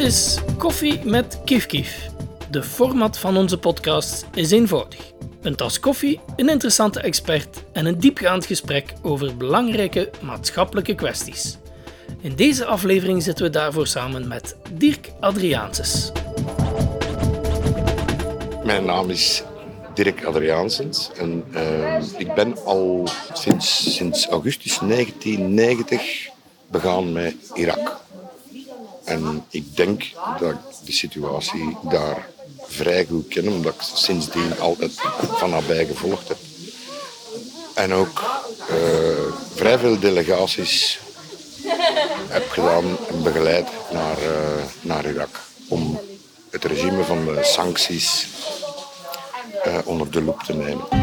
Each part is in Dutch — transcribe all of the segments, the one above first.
is Koffie met Kif. De format van onze podcast is eenvoudig. Een tas koffie, een interessante expert en een diepgaand gesprek over belangrijke maatschappelijke kwesties. In deze aflevering zitten we daarvoor samen met Dirk Adriaansens. Mijn naam is Dirk Adriaansens en ik ben al sinds augustus 1990 begaan met Irak. En ik denk dat ik de situatie daar vrij goed ken, omdat ik sindsdien altijd van nabij gevolgd heb. En ook vrij veel delegaties heb gedaan en begeleid naar Irak. Om het regime van de sancties onder de loep te nemen.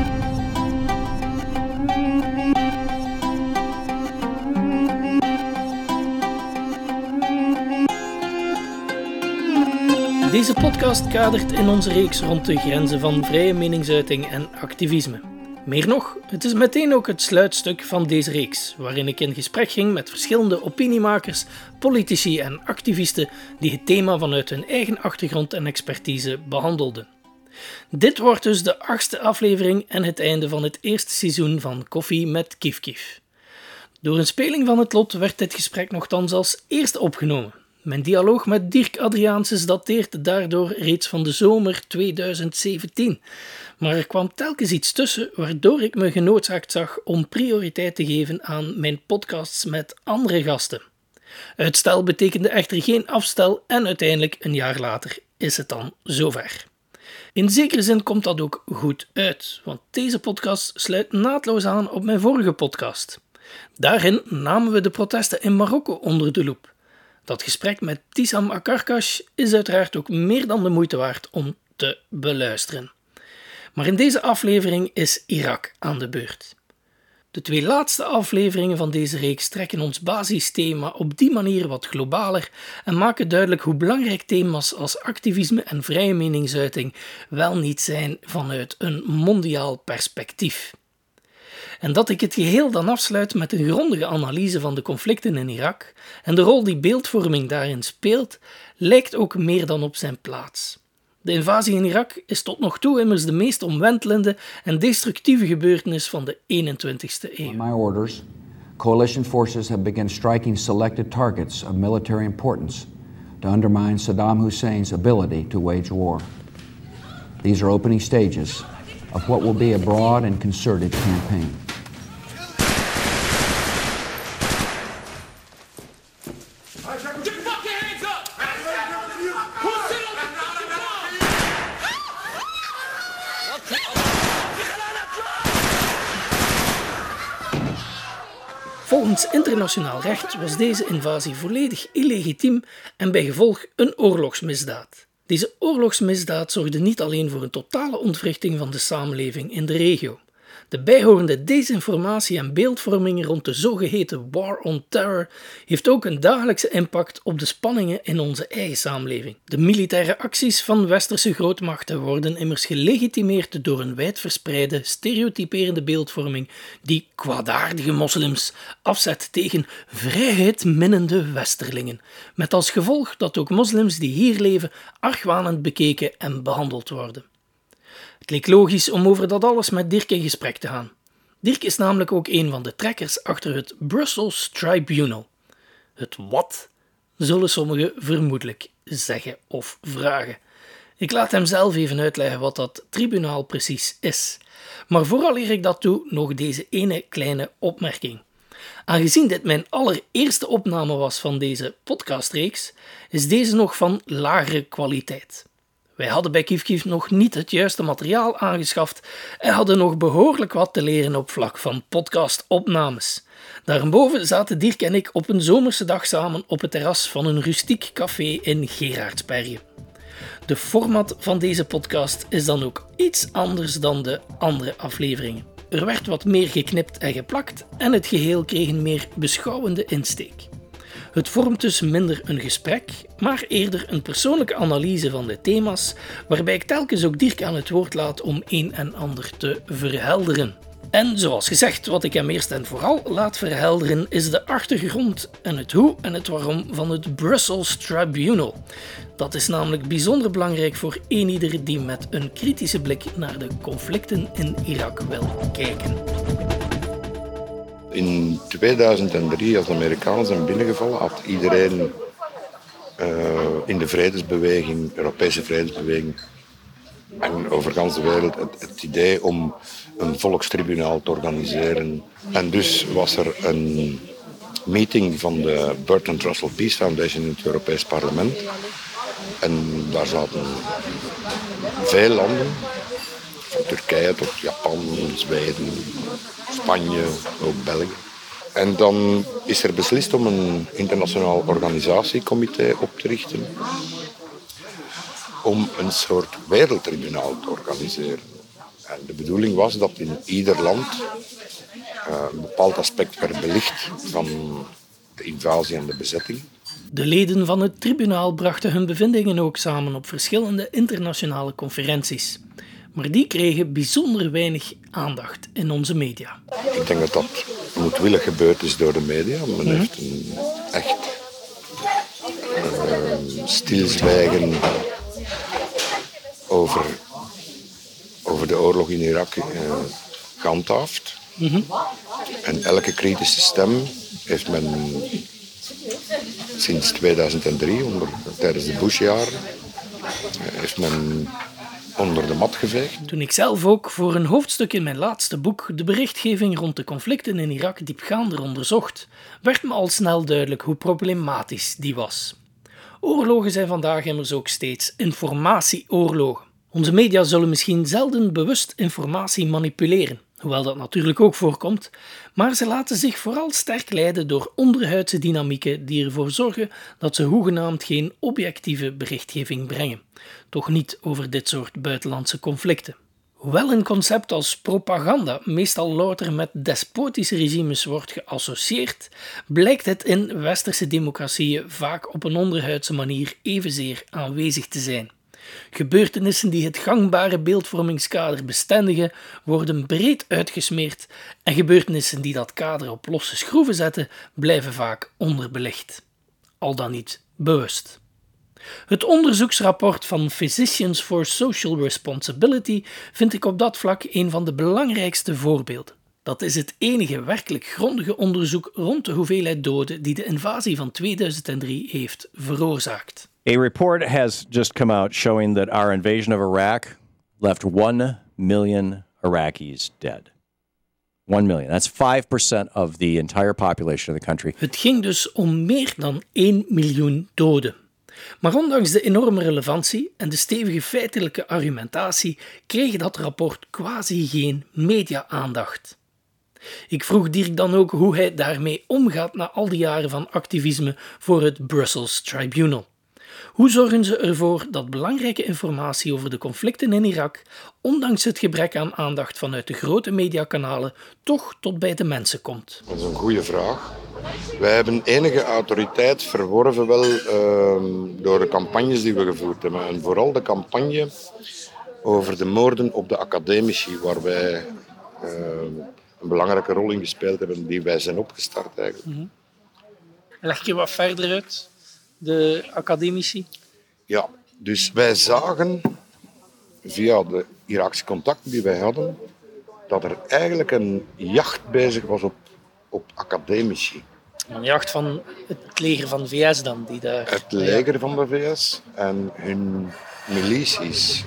Deze podcast kadert in onze reeks rond de grenzen van vrije meningsuiting en activisme. Meer nog, het is meteen ook het sluitstuk van deze reeks, waarin ik in gesprek ging met verschillende opiniemakers, politici en activisten die het thema vanuit hun eigen achtergrond en expertise behandelden. Dit wordt dus de 8e aflevering en het einde van het eerste seizoen van Koffie met Kif. Door een speling van het lot werd dit gesprek nochtans als eerste opgenomen. Mijn dialoog met Dirk Adriaansens dateert daardoor reeds van de zomer 2017. Maar er kwam telkens iets tussen waardoor ik me genoodzaakt zag om prioriteit te geven aan mijn podcasts met andere gasten. Uitstel betekende echter geen afstel en uiteindelijk een jaar later is het dan zover. In zekere zin komt dat ook goed uit, want deze podcast sluit naadloos aan op mijn vorige podcast. Daarin namen we de protesten in Marokko onder de loep. Dat gesprek met Tissam Akarkash is uiteraard ook meer dan de moeite waard om te beluisteren. Maar in deze aflevering is Irak aan de beurt. De 2 laatste afleveringen van deze reeks trekken ons basisthema op die manier wat globaler en maken duidelijk hoe belangrijk thema's als activisme en vrije meningsuiting wel niet zijn vanuit een mondiaal perspectief. En dat ik het geheel dan afsluit met een grondige analyse van de conflicten in Irak en de rol die beeldvorming daarin speelt, lijkt ook meer dan op zijn plaats. De invasie in Irak is tot nog toe immers de meest omwentelende en destructieve gebeurtenis van de 21ste eeuw. On my orders, coalition forces have begun striking selected targets of military importance to undermine Saddam Hussein's ability to wage war. These are opening stages of what will be a broad and concerted campaign. Volgens internationaal recht was deze invasie volledig illegitiem en bij gevolg een oorlogsmisdaad. Deze oorlogsmisdaad zorgde niet alleen voor een totale ontwrichting van de samenleving in de regio. De bijhorende desinformatie en beeldvorming rond de zogeheten War on Terror heeft ook een dagelijkse impact op de spanningen in onze eigen samenleving. De militaire acties van westerse grootmachten worden immers gelegitimeerd door een wijdverspreide, stereotyperende beeldvorming die kwaadaardige moslims afzet tegen vrijheidminnende westerlingen. Met als gevolg dat ook moslims die hier leven argwanend bekeken en behandeld worden. Het leek logisch om over dat alles met Dirk in gesprek te gaan. Dirk is namelijk ook een van de trekkers achter het Brussels Tribunal. Het wat, zullen sommigen vermoedelijk zeggen of vragen. Ik laat hem zelf even uitleggen wat dat tribunaal precies is. Maar vooraleer ik dat doe, nog deze ene kleine opmerking. Aangezien dit mijn allereerste opname was van deze podcastreeks, is deze nog van lagere kwaliteit. Wij hadden bij Kif nog niet het juiste materiaal aangeschaft en hadden nog behoorlijk wat te leren op vlak van podcastopnames. Daarboven zaten Dirk en ik op een zomerse dag samen op het terras van een rustiek café in Gerardsbergen. De format van deze podcast is dan ook iets anders dan de andere afleveringen. Er werd wat meer geknipt en geplakt en het geheel kreeg een meer beschouwende insteek. Het vormt dus minder een gesprek, maar eerder een persoonlijke analyse van de thema's, waarbij ik telkens ook Dirk aan het woord laat om een en ander te verhelderen. En zoals gezegd, wat ik hem eerst en vooral laat verhelderen is de achtergrond en het hoe en het waarom van het Brussels Tribunal. Dat is namelijk bijzonder belangrijk voor eenieder die met een kritische blik naar de conflicten in Irak wil kijken. In 2003, als de Amerikanen zijn binnengevallen, had iedereen in de vredesbeweging, Europese vredesbeweging en over gans de wereld het idee om een volkstribunaal te organiseren. En dus was er een meeting van de Bertrand Russell Peace Foundation in het Europees Parlement. En daar zaten veel landen, van Turkije tot Japan, Zweden, Spanje, ook België. En dan is er beslist om een internationaal organisatiecomité op te richten om een soort wereldtribunaal te organiseren. En de bedoeling was dat in ieder land een bepaald aspect werd belicht van de invasie en de bezetting. De leden van het tribunaal brachten hun bevindingen ook samen op verschillende internationale conferenties. Maar die kregen bijzonder weinig aandacht in onze media. Ik denk dat dat moedwillig gebeurd is door de media. Men heeft een echt stilzwijgen over de oorlog in Irak gehandhaafd. En elke kritische stem heeft men sinds 2003, tijdens de Bush-jaren, heeft men onder de mat geveegd. Toen ik zelf ook voor een hoofdstuk in mijn laatste boek de berichtgeving rond de conflicten in Irak diepgaander onderzocht, werd me al snel duidelijk hoe problematisch die was. Oorlogen zijn vandaag immers ook steeds informatieoorlogen. Onze media zullen misschien zelden bewust informatie manipuleren, hoewel dat natuurlijk ook voorkomt, maar ze laten zich vooral sterk leiden door onderhuidse dynamieken die ervoor zorgen dat ze hoegenaamd geen objectieve berichtgeving brengen, toch niet over dit soort buitenlandse conflicten. Hoewel een concept als propaganda meestal louter met despotische regimes wordt geassocieerd, blijkt het in westerse democratieën vaak op een onderhuidse manier evenzeer aanwezig te zijn. Gebeurtenissen die het gangbare beeldvormingskader bestendigen, worden breed uitgesmeerd en gebeurtenissen die dat kader op losse schroeven zetten, blijven vaak onderbelicht. Al dan niet bewust. Het onderzoeksrapport van Physicians for Social Responsibility vind ik op dat vlak een van de belangrijkste voorbeelden. Dat is het enige werkelijk grondige onderzoek rond de hoeveelheid doden die de invasie van 2003 heeft veroorzaakt. A report has just come out showing that our invasion of Iraq left 1 million Iraqis dead. 1 million. That's 5% of the entire population of the country. Het ging dus om meer dan 1 miljoen doden. Maar ondanks de enorme relevantie en de stevige feitelijke argumentatie kreeg dat rapport quasi geen media-aandacht. Ik vroeg Dirk dan ook hoe hij daarmee omgaat na al die jaren van activisme voor het Brussels Tribunal. Hoe zorgen ze ervoor dat belangrijke informatie over de conflicten in Irak, ondanks het gebrek aan aandacht vanuit de grote mediakanalen, toch tot bij de mensen komt? Dat is een goede vraag. Wij hebben enige autoriteit verworven wel door de campagnes die we gevoerd hebben. En vooral de campagne over de moorden op de academici, waar wij een belangrijke rol in gespeeld hebben, die wij zijn opgestart eigenlijk. Leg je wat verder uit, de academici? Ja, dus wij zagen via de Iraakse contacten die wij hadden, dat er eigenlijk een jacht bezig was op academici. Een jacht van het leger van de VS dan? Die daar... Het leger van de VS en hun milities.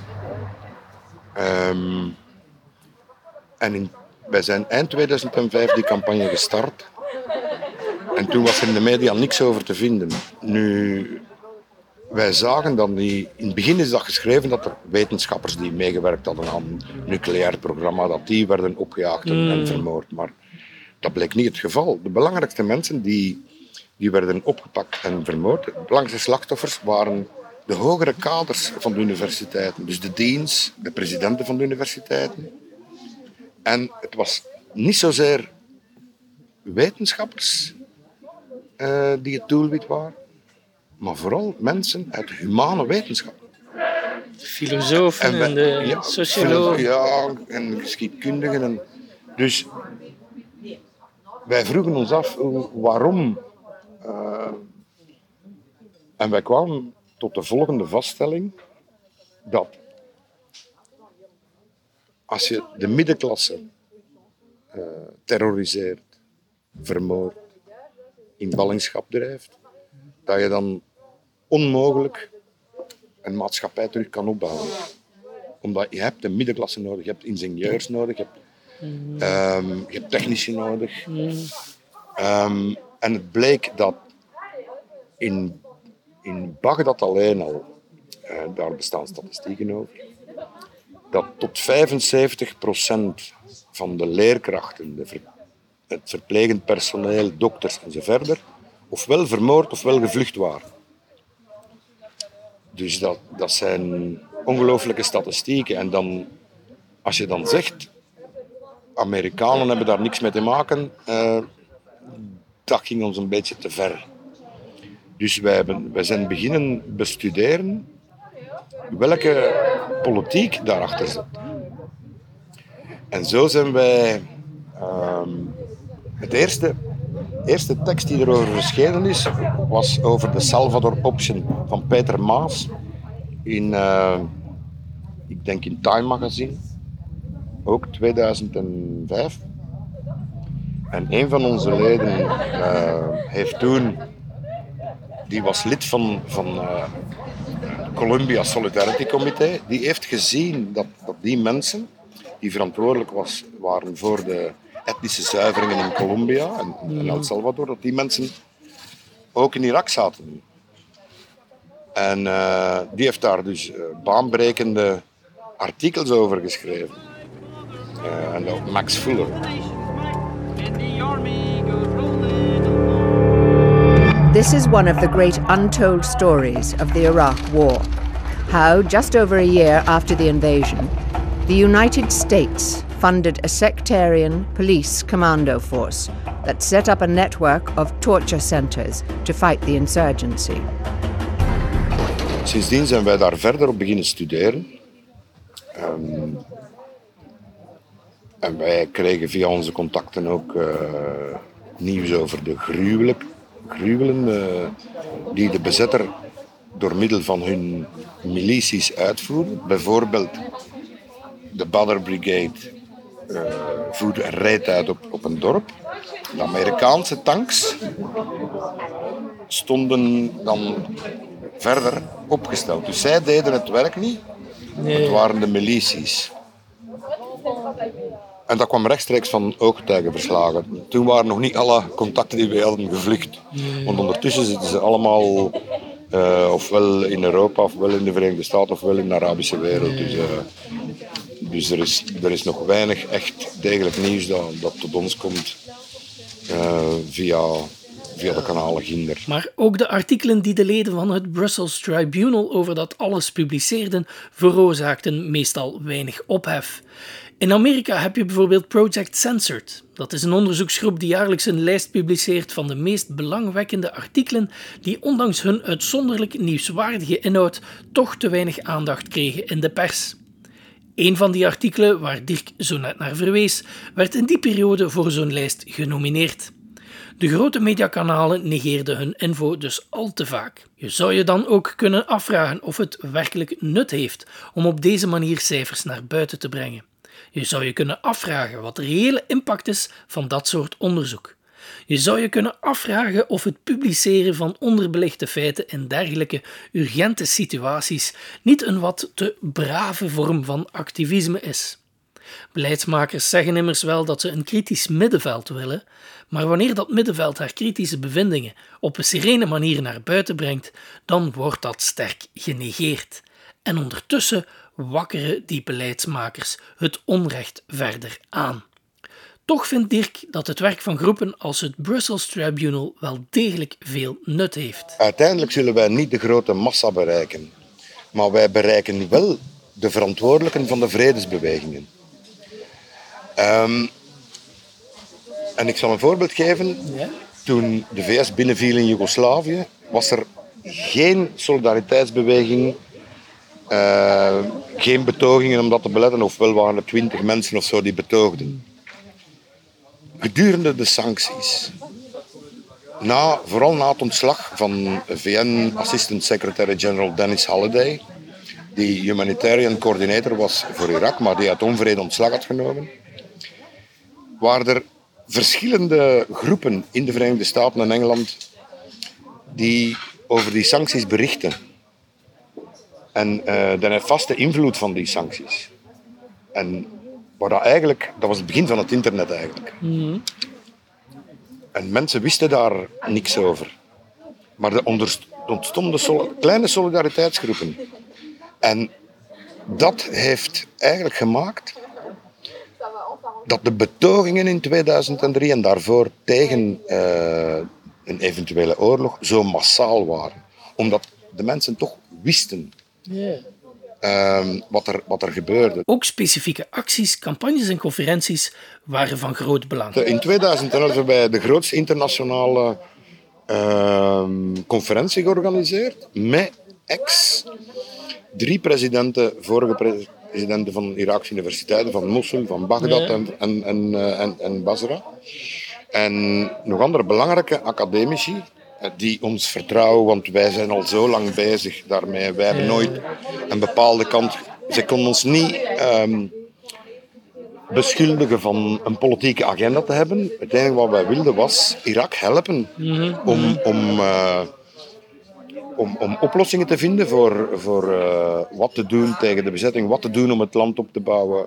Wij zijn eind 2005 die campagne gestart. En toen was er in de media niks over te vinden. Nu, wij zagen dan in het begin is dat geschreven dat er wetenschappers die meegewerkt hadden aan het nucleair programma, dat die werden opgejaagd en vermoord. Maar dat bleek niet het geval. De belangrijkste mensen die werden opgepakt en vermoord, de belangrijkste slachtoffers waren de hogere kaders van de universiteiten. Dus de deans, de presidenten van de universiteiten. En het was niet zozeer wetenschappers die het doelwit waren, maar vooral mensen uit de humane wetenschap. Filosofen en de sociologen. Ja, en geschiedkundigen. Dus wij vroegen ons af waarom. En wij kwamen tot de volgende vaststelling dat als je de middenklasse terroriseert, vermoordt, in ballingschap drijft, dat je dan onmogelijk een maatschappij terug kan opbouwen. Omdat je hebt een middenklasse nodig, je hebt ingenieurs nodig, je hebt technici nodig. En het bleek dat in Bagdad alleen al, daar bestaan statistieken over, dat tot 75% van de leerkrachten, het verplegend personeel, dokters enzovoort, ofwel vermoord ofwel gevlucht waren. Dus dat zijn ongelooflijke statistieken. En dan, als je dan zegt, Amerikanen hebben daar niks mee te maken, dat ging ons een beetje te ver. Dus wij zijn beginnen bestuderen welke politiek daarachter zit. En zo zijn wij... Het eerste tekst die erover verschenen is, was over de Salvador Option van Peter Maas in, ik denk in Time Magazine, ook 2005. En een van onze leden heeft toen, die was lid van Columbia Solidarity Comité, die heeft gezien dat die mensen die verantwoordelijk waren voor de etnische zuiveringen in Colombia en El Salvador, dat die mensen ook in Irak zaten. En die heeft daar dus baanbrekende artikels over geschreven. En ook Max Fuller. This is one of the great untold stories of the Iraq War. How, just over a year after the invasion, the United States funded a sectarian police commando force that set up a network of torture centers to fight the insurgency. Sindsdien zijn wij daar verder op beginnen studeren. En wij kregen via onze contacten ook nieuws over de gruwelen die de bezetter door middel van hun milities uitvoerde. Bijvoorbeeld de Badr Brigade voerde een raid uit op een dorp. De Amerikaanse tanks stonden dan verder opgesteld. Dus zij deden het werk niet. Het waren de milities. En dat kwam rechtstreeks van ooggetuigenverslagen. Toen waren nog niet alle contacten die wij hadden gevlucht. Want ondertussen zitten ze allemaal ofwel in Europa, ofwel in de Verenigde Staten, ofwel in de Arabische wereld. Dus er is nog weinig echt degelijk nieuws dat tot ons komt via de kanalen Ginder. Maar ook de artikelen die de leden van het Brussels Tribunal over dat alles publiceerden, veroorzaakten meestal weinig ophef. In Amerika heb je bijvoorbeeld Project Censored. Dat is een onderzoeksgroep die jaarlijks een lijst publiceert van de meest belangwekkende artikelen die ondanks hun uitzonderlijk nieuwswaardige inhoud toch te weinig aandacht kregen in de pers. Een van die artikelen, waar Dirk zo net naar verwees, werd in die periode voor zo'n lijst genomineerd. De grote mediakanalen negeerden hun info dus al te vaak. Je zou je dan ook kunnen afvragen of het werkelijk nut heeft om op deze manier cijfers naar buiten te brengen. Je zou je kunnen afvragen wat de reële impact is van dat soort onderzoek. Je zou je kunnen afvragen of het publiceren van onderbelichte feiten in dergelijke urgente situaties niet een wat te brave vorm van activisme is. Beleidsmakers zeggen immers wel dat ze een kritisch middenveld willen, maar wanneer dat middenveld haar kritische bevindingen op een serene manier naar buiten brengt, dan wordt dat sterk genegeerd. En ondertussen wakkeren die beleidsmakers het onrecht verder aan. Toch vindt Dirk dat het werk van groepen als het Brussels Tribunal wel degelijk veel nut heeft. Uiteindelijk zullen wij niet de grote massa bereiken, maar wij bereiken wel de verantwoordelijken van de vredesbewegingen. En ik zal een voorbeeld geven. Ja? Toen de VS binnenviel in Joegoslavië, was er geen solidariteitsbeweging, geen betogingen om dat te beletten, ofwel waren er 20 mensen of zo die betoogden. gedurende de sancties, vooral na het ontslag van VN Assistant Secretary-Generaal Dennis Halliday, die humanitarian coördinator was voor Irak, maar die uit onvrede ontslag had genomen, waren er verschillende groepen in de Verenigde Staten en Engeland die over die sancties berichten. En de nefaste invloed van die sancties. En dat was het begin van het internet eigenlijk. Mm-hmm. En mensen wisten daar niks over. Maar er ontstonden kleine solidariteitsgroepen. En dat heeft eigenlijk gemaakt dat de betogingen in 2003 en daarvoor tegen een eventuele oorlog zo massaal waren. Omdat de mensen toch wisten wat er gebeurde. Ook specifieke acties, campagnes en conferenties waren van groot belang. In 2011 hebben wij de grootste internationale conferentie georganiseerd met 3 presidenten, vorige presidenten van Iraakse universiteiten, van Mosul, van Bagdad en Basra. En nog andere belangrijke academici die ons vertrouwen, want wij zijn al zo lang bezig daarmee. Wij hebben nooit een bepaalde kant... Ze konden ons niet beschuldigen van een politieke agenda te hebben. Het enige wat wij wilden was Irak helpen om oplossingen te vinden voor wat te doen tegen de bezetting, wat te doen om het land op te bouwen.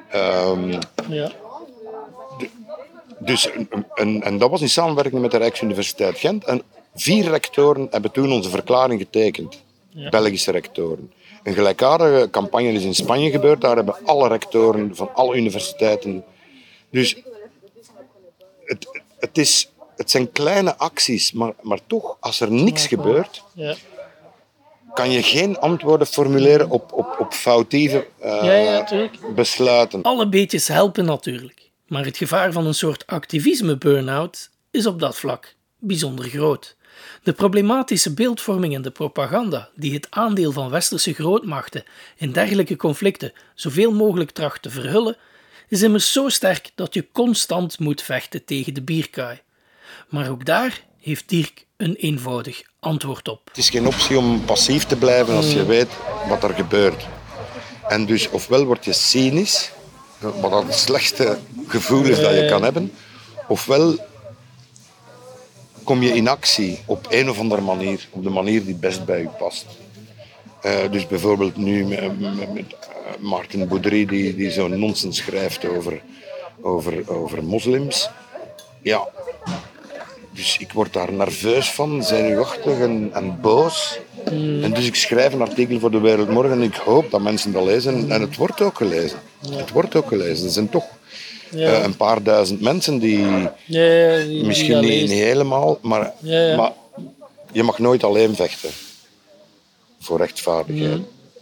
Dus dat was in samenwerking met de Rijksuniversiteit Gent. En 4 rectoren hebben toen onze verklaring getekend. Ja. Belgische rectoren. Een gelijkaardige campagne is in Spanje gebeurd. Daar hebben alle rectoren van alle universiteiten. Dus het zijn kleine acties, maar toch, als er niks gebeurt, kan je geen antwoorden formuleren op foutieve besluiten. Alle beetjes helpen natuurlijk. Maar het gevaar van een soort activisme-burn-out is op dat vlak bijzonder groot. De problematische beeldvorming en de propaganda die het aandeel van westerse grootmachten in dergelijke conflicten zoveel mogelijk tracht te verhullen, is immers zo sterk dat je constant moet vechten tegen de bierkaai. Maar ook daar heeft Dirk een eenvoudig antwoord op. Het is geen optie om passief te blijven als je weet wat er gebeurt. En dus ofwel word je cynisch, wat dat het slechtste gevoel is dat je kan hebben, ofwel kom je in actie op een of andere manier, op de manier die best bij je past. Dus bijvoorbeeld nu met Martin Boudry, die zo'n nonsens schrijft over moslims. Ja, dus ik word daar nerveus van, zenuwachtig en boos. En dus ik schrijf een artikel voor de Wereld Morgen en ik hoop dat mensen dat lezen. En het wordt ook gelezen. Ja. Het wordt ook gelezen. Er zijn toch een paar duizend mensen die misschien niet helemaal, maar je mag nooit alleen vechten voor rechtvaardigheid.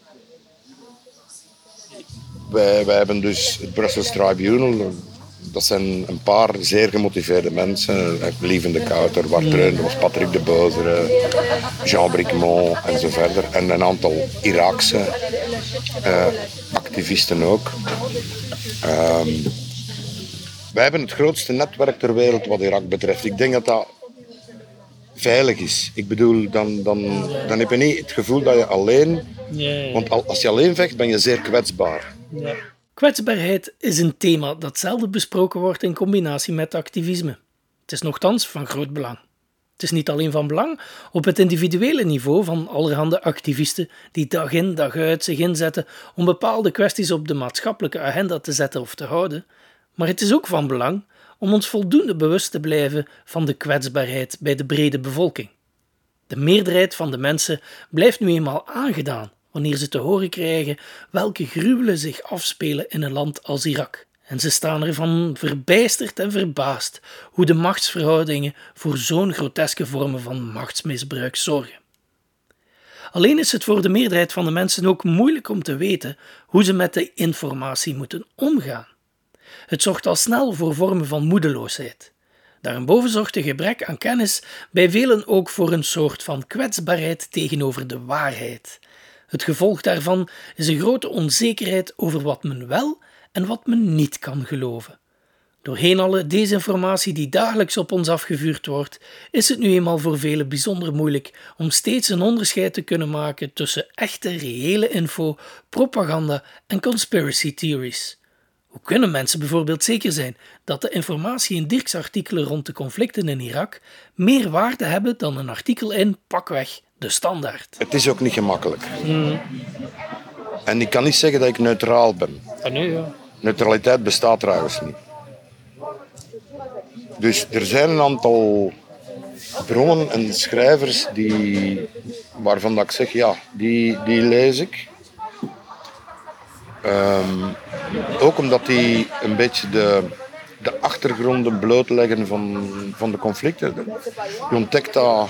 Wij hebben dus het Brussels Tribunal. Dat zijn een paar zeer gemotiveerde mensen. Lieven de Kouter, Bart Reun, dat was Patrick de Bozere, Jean Bricmont en zo verder. En een aantal Iraakse activisten ook. Wij hebben het grootste netwerk ter wereld wat Irak betreft. Ik denk dat dat veilig is. Ik bedoel, dan heb je niet het gevoel dat je alleen... Want als je alleen vecht, ben je zeer kwetsbaar. Ja. Kwetsbaarheid is een thema dat zelden besproken wordt in combinatie met activisme. Het is nochtans van groot belang. Het is niet alleen van belang op het individuele niveau van allerhande activisten die dag in dag uit zich inzetten om bepaalde kwesties op de maatschappelijke agenda te zetten of te houden, maar het is ook van belang om ons voldoende bewust te blijven van de kwetsbaarheid bij de brede bevolking. De meerderheid van de mensen blijft nu eenmaal aangedaan wanneer ze te horen krijgen welke gruwelen zich afspelen in een land als Irak. En ze staan ervan verbijsterd en verbaasd hoe de machtsverhoudingen voor zo'n groteske vormen van machtsmisbruik zorgen. Alleen is het voor de meerderheid van de mensen ook moeilijk om te weten hoe ze met de informatie moeten omgaan. Het zorgt al snel voor vormen van moedeloosheid. Daarboven zorgt een gebrek aan kennis bij velen ook voor een soort van kwetsbaarheid tegenover de waarheid. Het gevolg daarvan is een grote onzekerheid over wat men wel en wat men niet kan geloven. Doorheen alle desinformatie die dagelijks op ons afgevuurd wordt, is het nu eenmaal voor velen bijzonder moeilijk om steeds een onderscheid te kunnen maken tussen echte, reële info, propaganda en conspiracy theories. Hoe kunnen mensen bijvoorbeeld zeker zijn dat de informatie in Dirks artikelen rond de conflicten in Irak meer waarde hebben dan een artikel in, pakweg, De Standaard? Het is ook niet gemakkelijk. En ik kan niet zeggen dat ik neutraal ben. Nee, ja. Neutraliteit bestaat trouwens niet. Dus er zijn een aantal bronnen en schrijvers waarvan dat ik zeg, ja, die lees ik. Ook omdat die een beetje de achtergronden blootleggen van de conflicten. Je ontdekt dat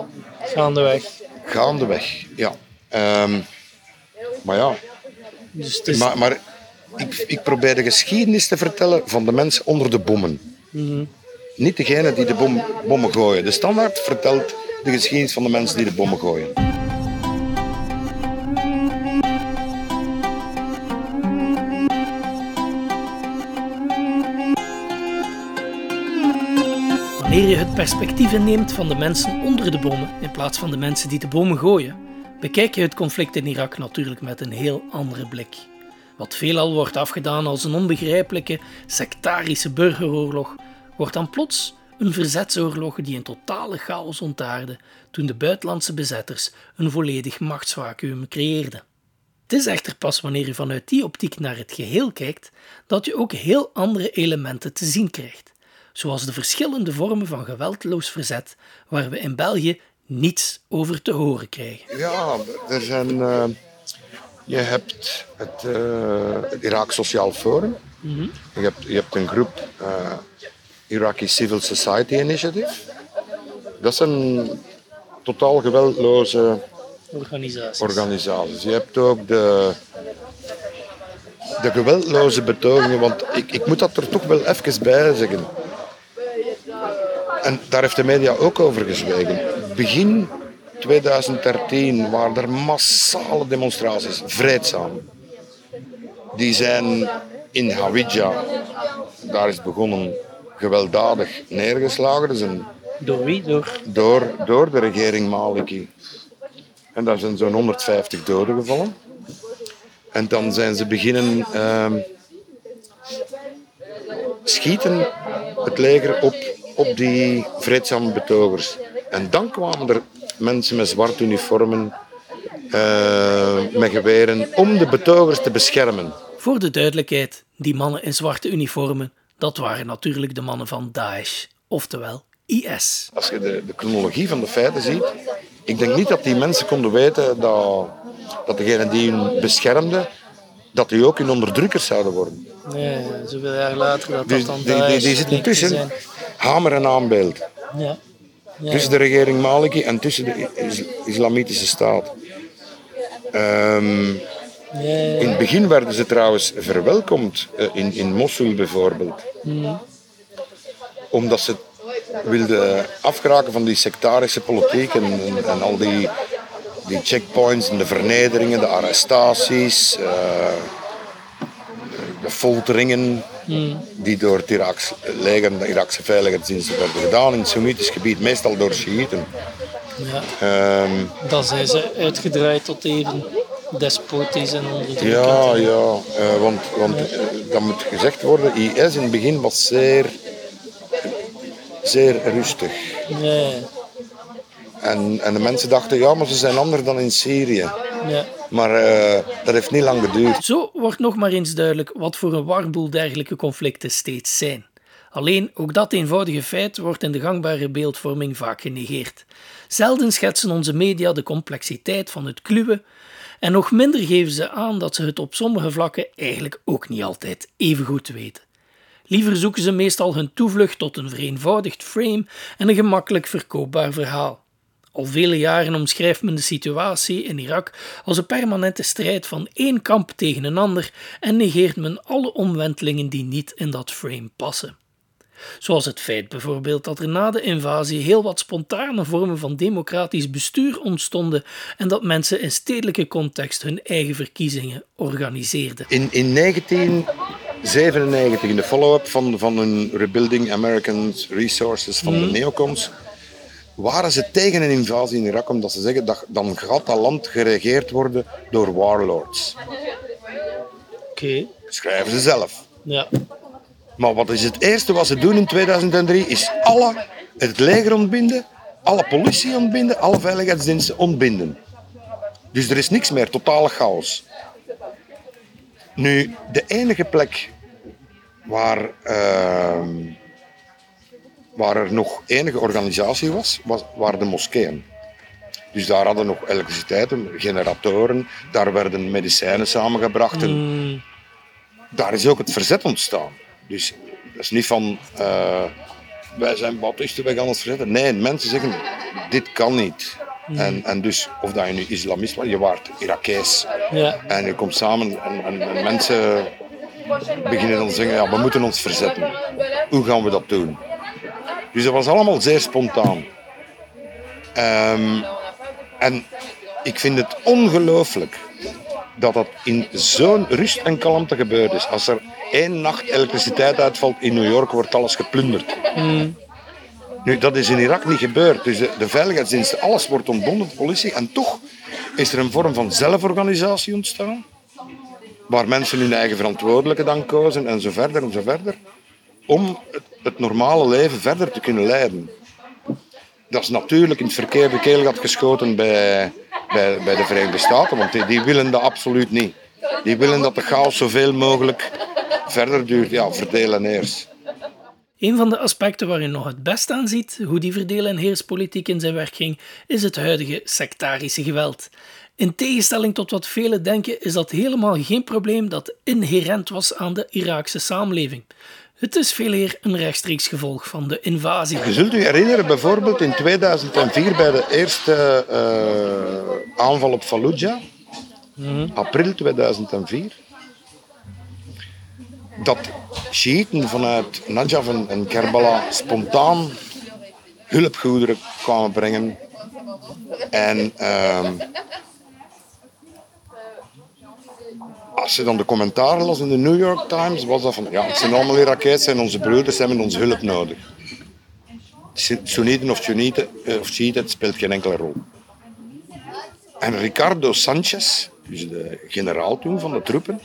gaandeweg, ja. Maar ja, Dus het is... maar ik probeer de geschiedenis te vertellen van de mensen onder de bommen. Niet degene die de bommen gooien. De Standaard vertelt de geschiedenis van de mensen die de bommen gooien. Wanneer je het perspectief inneemt van de mensen onder de bommen in plaats van de mensen die de bommen gooien, bekijk je het conflict in Irak natuurlijk met een heel andere blik. Wat veelal wordt afgedaan als een onbegrijpelijke, sectarische burgeroorlog, wordt dan plots een verzetsoorlog die een totale chaos ontaarde toen de buitenlandse bezetters een volledig machtsvacuüm creëerden. Het is echter pas wanneer je vanuit die optiek naar het geheel kijkt, dat je ook heel andere elementen te zien krijgt, zoals de verschillende vormen van geweldloos verzet waar we in België niets over te horen krijgen. Ja, er zijn... Je hebt het Irak Sociaal Forum. Je hebt een groep Iraqi Civil Society Initiative. Dat zijn totaal geweldloze organisaties. Je hebt ook de geweldloze betogingen, want ik moet dat er toch wel even bij zeggen. En daar heeft de media ook over gezwegen. Begin 2013 waren er massale demonstraties, vreedzaam. Die zijn in Hawija, daar is begonnen, gewelddadig neergeslagen. Dus Door wie? Door de regering Maliki. En daar zijn zo'n 150 doden gevallen. En dan zijn ze beginnen schieten, het leger, op die vreedzame betogers. En dan kwamen er mensen met zwarte uniformen, met geweren, om de betogers te beschermen. Voor de duidelijkheid, die mannen in zwarte uniformen, dat waren natuurlijk de mannen van Daesh, oftewel IS. Als je de chronologie van de feiten ziet, ik denk niet dat die mensen konden weten dat degenen die hun beschermden, dat die ook hun onderdrukkers zouden worden. Nee, zoveel jaar later dat Dus dan Daesh die zitten tussen hamer en aanbeeld. Ja. Ja. Tussen de regering Maliki en tussen de islamitische staat. In het begin werden ze trouwens verwelkomd, in Mosul bijvoorbeeld. Omdat ze wilden afgeraken van die sectarische politiek en al die checkpoints en de vernederingen, de arrestaties, de folteringen die door het Iraakse leger en de Iraakse veiligheidsdiensten werden gedaan in het Soenitisch gebied, meestal door Sjiïten. Ja. Dan zijn ze uitgedraaid tot even despotisch en onderdrukkend. Ja, want dat moet gezegd worden, IS in het begin was zeer rustig. Ja. En de mensen dachten, ja, maar ze zijn anders dan in Syrië. Ja. Maar dat heeft niet lang geduurd. Zo wordt nog maar eens duidelijk wat voor een warboel dergelijke conflicten steeds zijn. Alleen, ook dat eenvoudige feit wordt in de gangbare beeldvorming vaak genegeerd. Zelden schetsen onze media de complexiteit van het kluwen en nog minder geven ze aan dat ze het op sommige vlakken eigenlijk ook niet altijd even goed weten. Liever zoeken ze meestal hun toevlucht tot een vereenvoudigd frame en een gemakkelijk verkoopbaar verhaal. Al vele jaren omschrijft men de situatie in Irak als een permanente strijd van één kamp tegen een ander en negeert men alle omwentelingen die niet in dat frame passen. Zoals het feit bijvoorbeeld dat er na de invasie heel wat spontane vormen van democratisch bestuur ontstonden en dat mensen in stedelijke context hun eigen verkiezingen organiseerden. In 1997, in de follow-up van hun Rebuilding American Resources van de neocons, waren ze tegen een invasie in Irak, omdat ze zeggen dat dan gaat dat land geregeerd worden door warlords. Oké. Schrijven ze zelf. Ja. Maar wat is het eerste wat ze doen in 2003? Is het leger ontbinden, alle politie ontbinden, alle veiligheidsdiensten ontbinden. Dus er is niks meer, totale chaos. Nu, de enige plek waar er nog enige organisatie was, waren de moskeeën. Dus daar hadden nog elektriciteit, generatoren, daar werden medicijnen samengebracht. En daar is ook het verzet ontstaan. Dus dat is niet van, wij zijn Baptisten, wij gaan ons verzetten. Nee, mensen zeggen, dit kan niet. En dus, of dat je nu islamist was, je waart Irakees. Ja. En je komt samen en mensen beginnen dan te zeggen, ja, we moeten ons verzetten. Hoe gaan we dat doen? Dus dat was allemaal zeer spontaan. En ik vind het ongelooflijk dat dat in zo'n rust en kalmte gebeurd is. Als er 1 nacht elektriciteit uitvalt in New York, wordt alles geplunderd. Nu, dat is in Irak niet gebeurd. Dus de veiligheidsdiensten, alles wordt ontbonden, de politie. En toch is er een vorm van zelforganisatie ontstaan, waar mensen hun eigen verantwoordelijke dan kozen en zo verder en zo verder, om het normale leven verder te kunnen leiden. Dat is natuurlijk in het verkeerde keelgat geschoten bij de Verenigde Staten, want die willen dat absoluut niet. Die willen dat de chaos zoveel mogelijk verder duurt. Ja, verdelen eerst. Een van de aspecten waar je nog het best aan ziet hoe die verdelen- en heerspolitiek in zijn werk ging, is het huidige sectarische geweld. In tegenstelling tot wat velen denken, is dat helemaal geen probleem dat inherent was aan de Iraakse samenleving. Het is veeleer een rechtstreeks gevolg van de invasie. Je zult u herinneren, bijvoorbeeld in 2004 bij de eerste aanval op Fallujah, april 2004, dat Sjiïten vanuit Najaf en Kerbala spontaan hulpgoederen kwamen brengen. En als je dan de commentaren las in de New York Times, was dat van, ja, het zijn allemaal Irakees, zijn onze broeders, ze hebben onze hulp nodig. Soenieten of Sjiïten, het speelt geen enkele rol. En Ricardo Sanchez, dus de generaal toen van de troepen,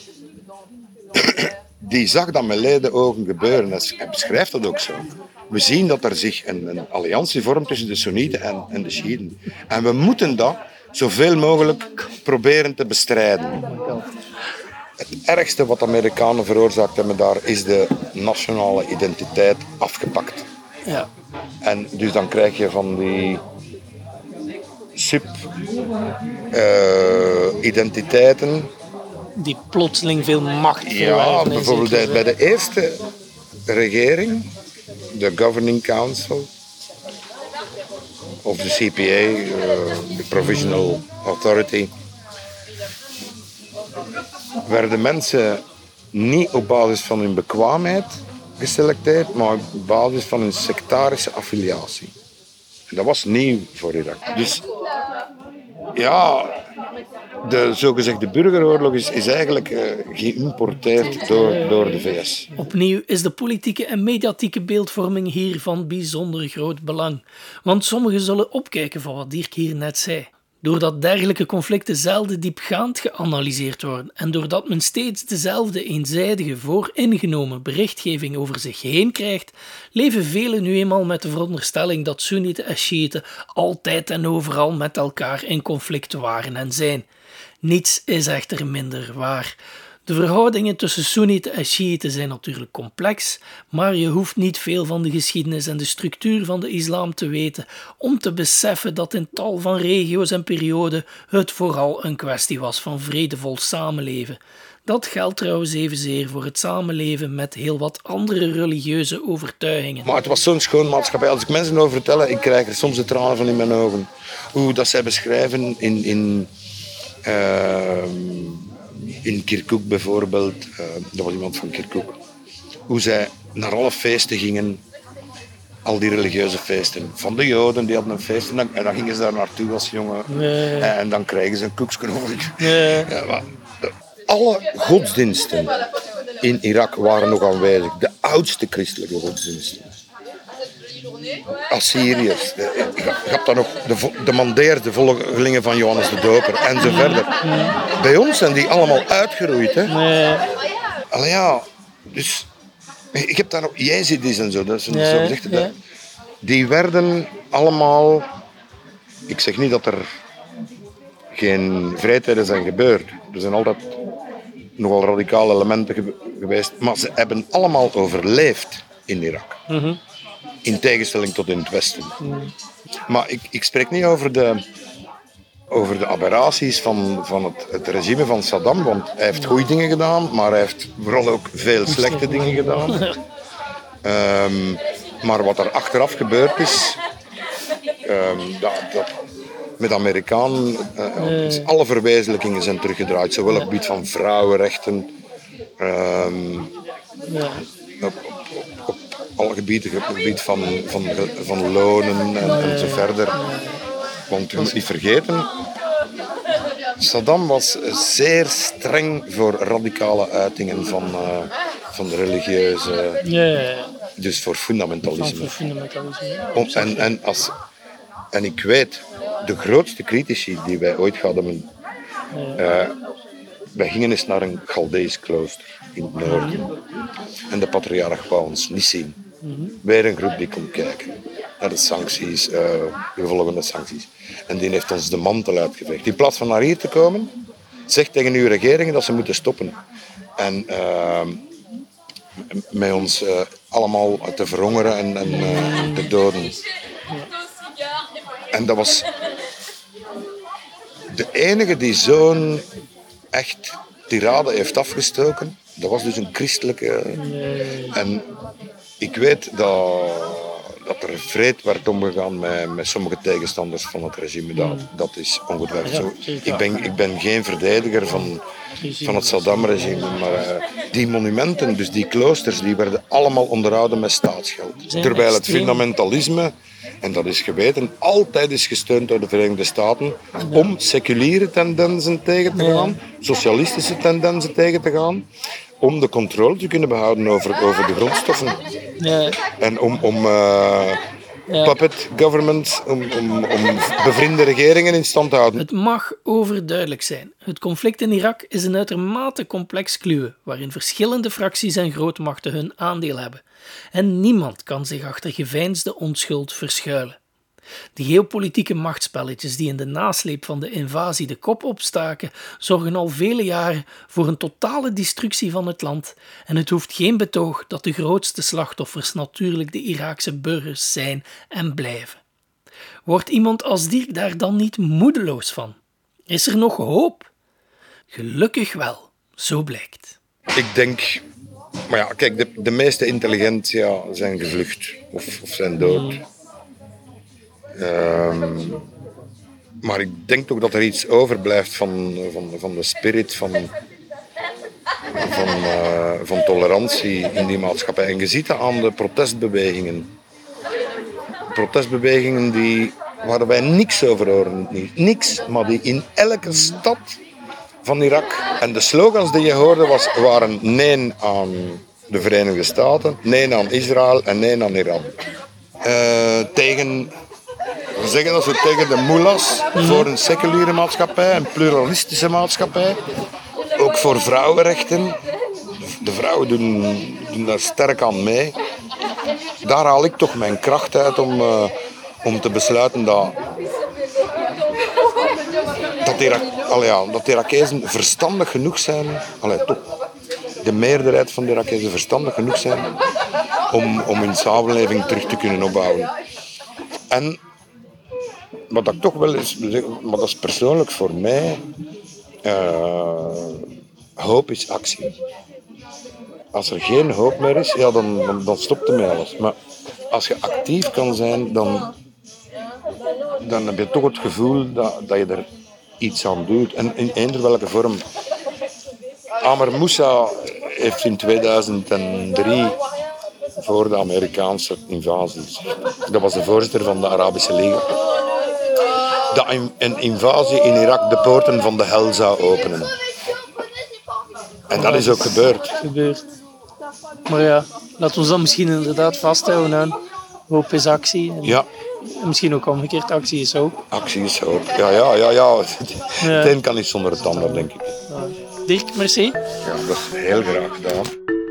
die zag dat met leden ogen gebeuren. Hij beschrijft dat ook zo. We zien dat er zich een alliantie vormt tussen de Soenieten en de Sjiïten. En we moeten dat zoveel mogelijk proberen te bestrijden. Het ergste wat de Amerikanen veroorzaakt hebben daar is de nationale identiteit afgepakt. Ja. En dus dan krijg je van die sub-identiteiten. Die plotseling veel macht Ja, verwerven. bijvoorbeeld bij de eerste regering, de Governing Council, of de CPA, de Provisional Authority, werden mensen niet op basis van hun bekwaamheid geselecteerd, maar op basis van hun sectarische affiliatie. En dat was nieuw voor Irak. Dus ja, de zogezegde burgeroorlog is eigenlijk geïmporteerd door de VS. Opnieuw is de politieke en mediatieke beeldvorming hier van bijzonder groot belang. Want sommigen zullen opkijken van wat Dirk hier net zei. Doordat dergelijke conflicten zelden diepgaand geanalyseerd worden en doordat men steeds dezelfde eenzijdige vooringenomen berichtgeving over zich heen krijgt, leven velen nu eenmaal met de veronderstelling dat Soenieten en Sjiïten altijd en overal met elkaar in conflict waren en zijn. Niets is echter minder waar. De verhoudingen tussen Soenieten en Sjiïten zijn natuurlijk complex, maar je hoeft niet veel van de geschiedenis en de structuur van de islam te weten om te beseffen dat in tal van regio's en perioden het vooral een kwestie was van vredevol samenleven. Dat geldt trouwens evenzeer voor het samenleven met heel wat andere religieuze overtuigingen. Maar het was zo'n schoon maatschappij. Als ik mensen over vertel, ik krijg er soms de tranen van in mijn ogen. Hoe dat zij beschrijven in Kirkuk bijvoorbeeld, dat was iemand van Kirkuk, hoe zij naar alle feesten gingen, al die religieuze feesten. Van de Joden, die hadden een feest en dan gingen ze daar naartoe als jongen. Nee. En dan kregen ze een koeksknovel. Nee. Ja, alle godsdiensten in Irak waren nog aanwezig. De oudste christelijke godsdiensten. Assyriërs. Je hebt dan nog de Mandeers, de volgelingen van Johannes de Doper en zo verder. Bij ons zijn die allemaal uitgeroeid. Hè? Allee, ja, dus ik heb daar nog Jezidis en zo. Dat is zo gezegd. Die werden allemaal. Ik zeg niet dat er geen vrijtijden zijn gebeurd. Er zijn altijd nogal radicale elementen geweest. Maar ze hebben allemaal overleefd in Irak. In tegenstelling tot in het Westen. Maar ik spreek niet over de aberraties van het regime van Saddam. Want hij heeft goede dingen gedaan, maar hij heeft vooral ook veel slechte dingen gedaan. Maar wat er achteraf gebeurd is, dat met Amerikanen, alle verwezenlijkingen zijn teruggedraaid. Zowel op het gebied van vrouwenrechten, op alle gebieden, op het gebied van lonen en zo verder. Want je moet niet vergeten, Saddam was zeer streng voor radicale uitingen van religieuze... Dus voor fundamentalisme. En ik weet, de grootste critici die wij ooit hadden... wij gingen eens naar een Chaldees klooster in het noorden. En de patriarch wou ons niet zien. Weer een groep die komt kijken naar de sancties, de gevolgen sancties. En die heeft ons de mantel uitgeveegd. In plaats van naar hier te komen, zegt tegen uw regeringen dat ze moeten stoppen. En met ons allemaal te verhongeren en te doden. En dat was de enige die zo'n echt tirade heeft afgestoken. Dat was dus een christelijke... En ik weet dat er vreed werd omgegaan met sommige tegenstanders van het regime. Dat is ongetwijfeld zo. Ik ben geen verdediger van het Saddam-regime, maar die monumenten, dus die kloosters, die werden allemaal onderhouden met staatsgeld. Terwijl het fundamentalisme, en dat is geweten, altijd is gesteund door de Verenigde Staten om seculiere tendensen tegen te gaan, socialistische tendensen tegen te gaan, om de controle te kunnen behouden over de grondstoffen. En om puppet governments, om bevriende regeringen in stand te houden. Het mag overduidelijk zijn. Het conflict in Irak is een uitermate complex kluwen, waarin verschillende fracties en grootmachten hun aandeel hebben. En niemand kan zich achter geveinsde onschuld verschuilen. De geopolitieke machtsspelletjes die in de nasleep van de invasie de kop opstaken, zorgen al vele jaren voor een totale destructie van het land. En het hoeft geen betoog dat de grootste slachtoffers natuurlijk de Iraakse burgers zijn en blijven. Wordt iemand als Dirk daar dan niet moedeloos van? Is er nog hoop? Gelukkig wel, zo blijkt. Ik denk... Maar ja, kijk, de meeste intelligentia zijn gevlucht of zijn dood. Maar ik denk toch dat er iets overblijft van de spirit van tolerantie in die maatschappij. En je ziet dat aan de protestbewegingen. Protestbewegingen waar wij niks over horen. Niks, maar die in elke stad van Irak. En de slogans die je hoorde waren nee aan de Verenigde Staten, nee aan Israël en nee aan Iran. We zeggen dat we tegen de mullahs voor een seculiere maatschappij, een pluralistische maatschappij. Ook voor vrouwenrechten. De vrouwen doen daar sterk aan mee. Daar haal ik toch mijn kracht uit om te besluiten dat de Irakezen verstandig genoeg zijn, toch de meerderheid van de Irakezen verstandig genoeg zijn om hun samenleving terug te kunnen opbouwen. En wat ik toch wel is, maar dat is persoonlijk voor mij, hoop is actie. Als er geen hoop meer is, ja, dan stopt ermee alles. Maar als je actief kan zijn, dan heb je toch het gevoel dat je er iets aan doet. En in eender welke vorm. Amr Moussa heeft in 2003, voor de Amerikaanse invasie, dat was de voorzitter van de Arabische Liga, dat een invasie in Irak de poorten van de hel zou openen. En dat is ook gebeurd. Maar ja, laten we ons dan misschien inderdaad vasthouden aan hoop is actie. En misschien ook omgekeerd, actie is hoop. Actie is hoop. Ja. Het een kan niet zonder het ander, denk ik. Dirk, merci. Ja, dat is heel graag gedaan.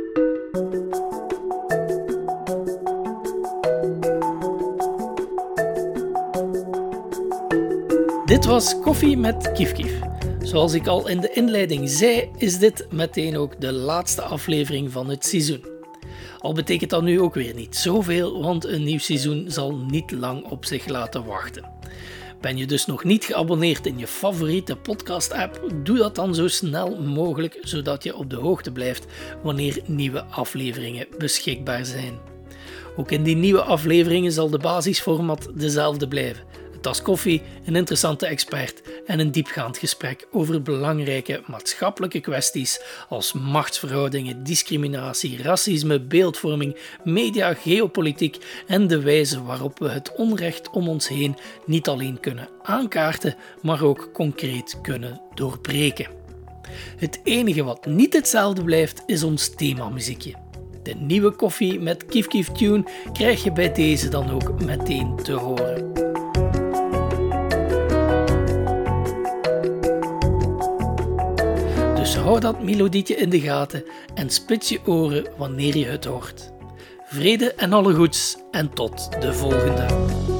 Dit was Koffie met Kief Kief. Zoals ik al in de inleiding zei, is dit meteen ook de laatste aflevering van het seizoen. Al betekent dat nu ook weer niet zoveel, want een nieuw seizoen zal niet lang op zich laten wachten. Ben je dus nog niet geabonneerd in je favoriete podcast-app? Doe dat dan zo snel mogelijk, zodat je op de hoogte blijft wanneer nieuwe afleveringen beschikbaar zijn. Ook in die nieuwe afleveringen zal de basisformat dezelfde blijven. Een tas koffie, een interessante expert en een diepgaand gesprek over belangrijke maatschappelijke kwesties als machtsverhoudingen, discriminatie, racisme, beeldvorming, media, geopolitiek en de wijze waarop we het onrecht om ons heen niet alleen kunnen aankaarten, maar ook concreet kunnen doorbreken. Het enige wat niet hetzelfde blijft is ons themamuziekje. De nieuwe Koffie met Kief Kief Tune krijg je bij deze dan ook meteen te horen. Dus hou dat melodietje in de gaten en spits je oren wanneer je het hoort. Vrede en alle goeds en tot de volgende.